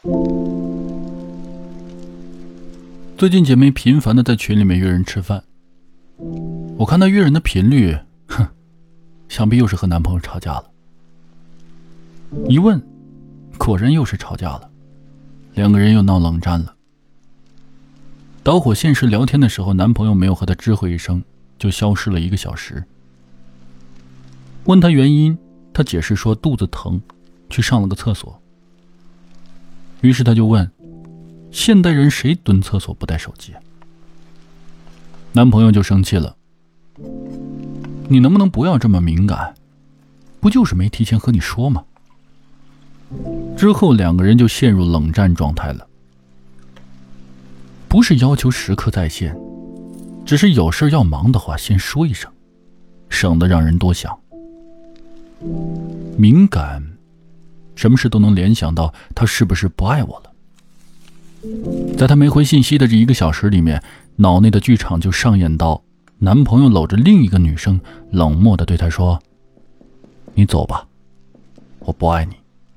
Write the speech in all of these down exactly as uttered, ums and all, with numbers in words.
最近姐妹频繁的在群里面约人吃饭，我看她约人的频率，哼，想必又是和男朋友吵架了。一问，果然又是吵架了，两个人又闹冷战了。导火线是聊天的时候，男朋友没有和她知会一声，就消失了一个小时。问她原因，她解释说肚子疼，去上了个厕所。于是她就问，现代人谁蹲厕所不带手机？男朋友就生气了，你能不能不要这么敏感？不就是没提前和你说吗？之后两个人就陷入冷战状态了。不是要求时刻在线，只是有事要忙的话先说一声，省得让人多想。敏感，什么事都能联想到他是不是不爱我了。在他没回信息的这一个小时里面，脑内的剧场就上演到男朋友搂着另一个女生，冷漠地对她说，你走吧，我不爱你。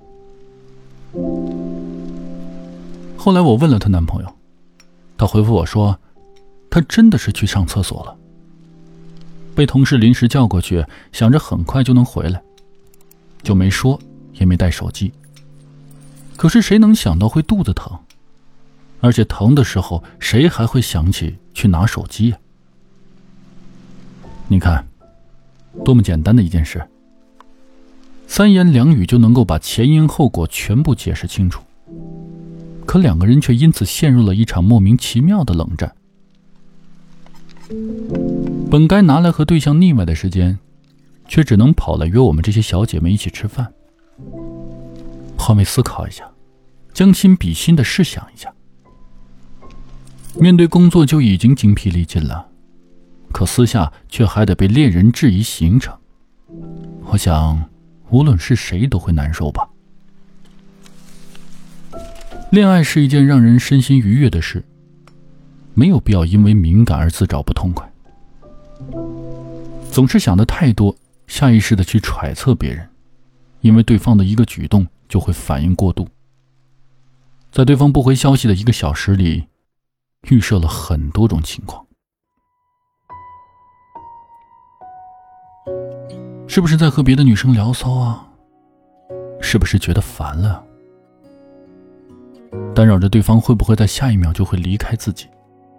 后来我问了她男朋友，她回复我说，她真的是去上厕所了，被同事临时叫过去，想着很快就能回来，就没说，也没带手机。可是谁能想到会肚子疼？而且疼的时候，谁还会想起去拿手机呀？你看，多么简单的一件事，三言两语就能够把前因后果全部解释清楚。可两个人却因此陷入了一场莫名其妙的冷战。本该拿来和对象腻歪的时间，却只能跑来约我们这些小姐妹一起吃饭。换位思考一下，将心比心的试想一下，面对工作就已经精疲力尽了，可私下却还得被恋人质疑行程，我想无论是谁都会难受吧。恋爱是一件让人身心愉悦的事，没有必要因为敏感而自找不痛快。总是想得太多，下意识地去揣测别人，因为对方的一个举动就会反应过度，在对方不回消息的一个小时里，预设了很多种情况。是不是在和别的女生聊骚啊？是不是觉得烦了？干扰着对方会不会在下一秒就会离开自己？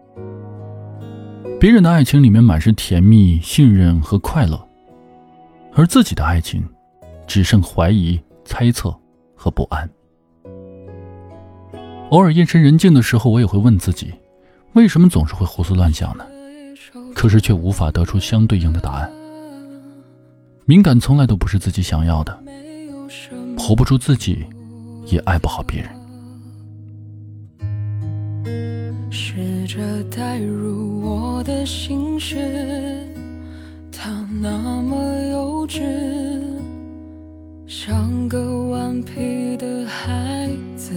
别人的爱情里面满是甜蜜、信任和快乐，而自己的爱情只剩怀疑、猜测和不安。偶尔夜深人静的时候，我也会问自己，为什么总是会胡思乱想呢？可是却无法得出相对应的答案。敏感从来都不是自己想要的，活不出自己，也爱不好别人。 试着带入我的心事，他那么幼稚，像个顽皮的孩子。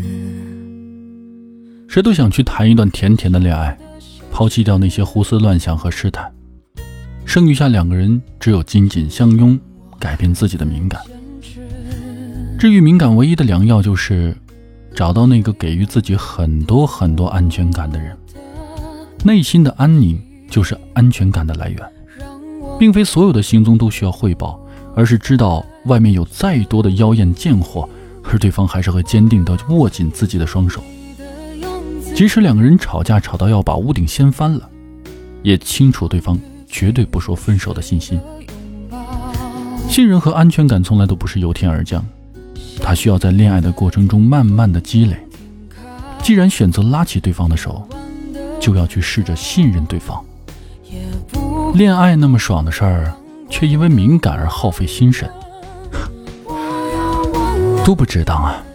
谁都想去谈一段甜甜的恋爱，抛弃掉那些胡思乱想和试探，剩余下两个人只有紧紧相拥，改变自己的敏感。治愈敏感唯一的良药就是找到那个给予自己很多很多安全感的人。内心的安宁就是安全感的来源，并非所有的行踪都需要汇报，而是知道外面有再多的妖艳贱货，而对方还是会坚定地握紧自己的双手。即使两个人吵架吵到要把屋顶掀翻了，也清楚对方绝对不说分手的信心。信任和安全感从来都不是由天而降，它需要在恋爱的过程中慢慢的积累。既然选择拉起对方的手，就要去试着信任对方。恋爱那么爽的事儿，却因为敏感而耗费心神，多不值当啊。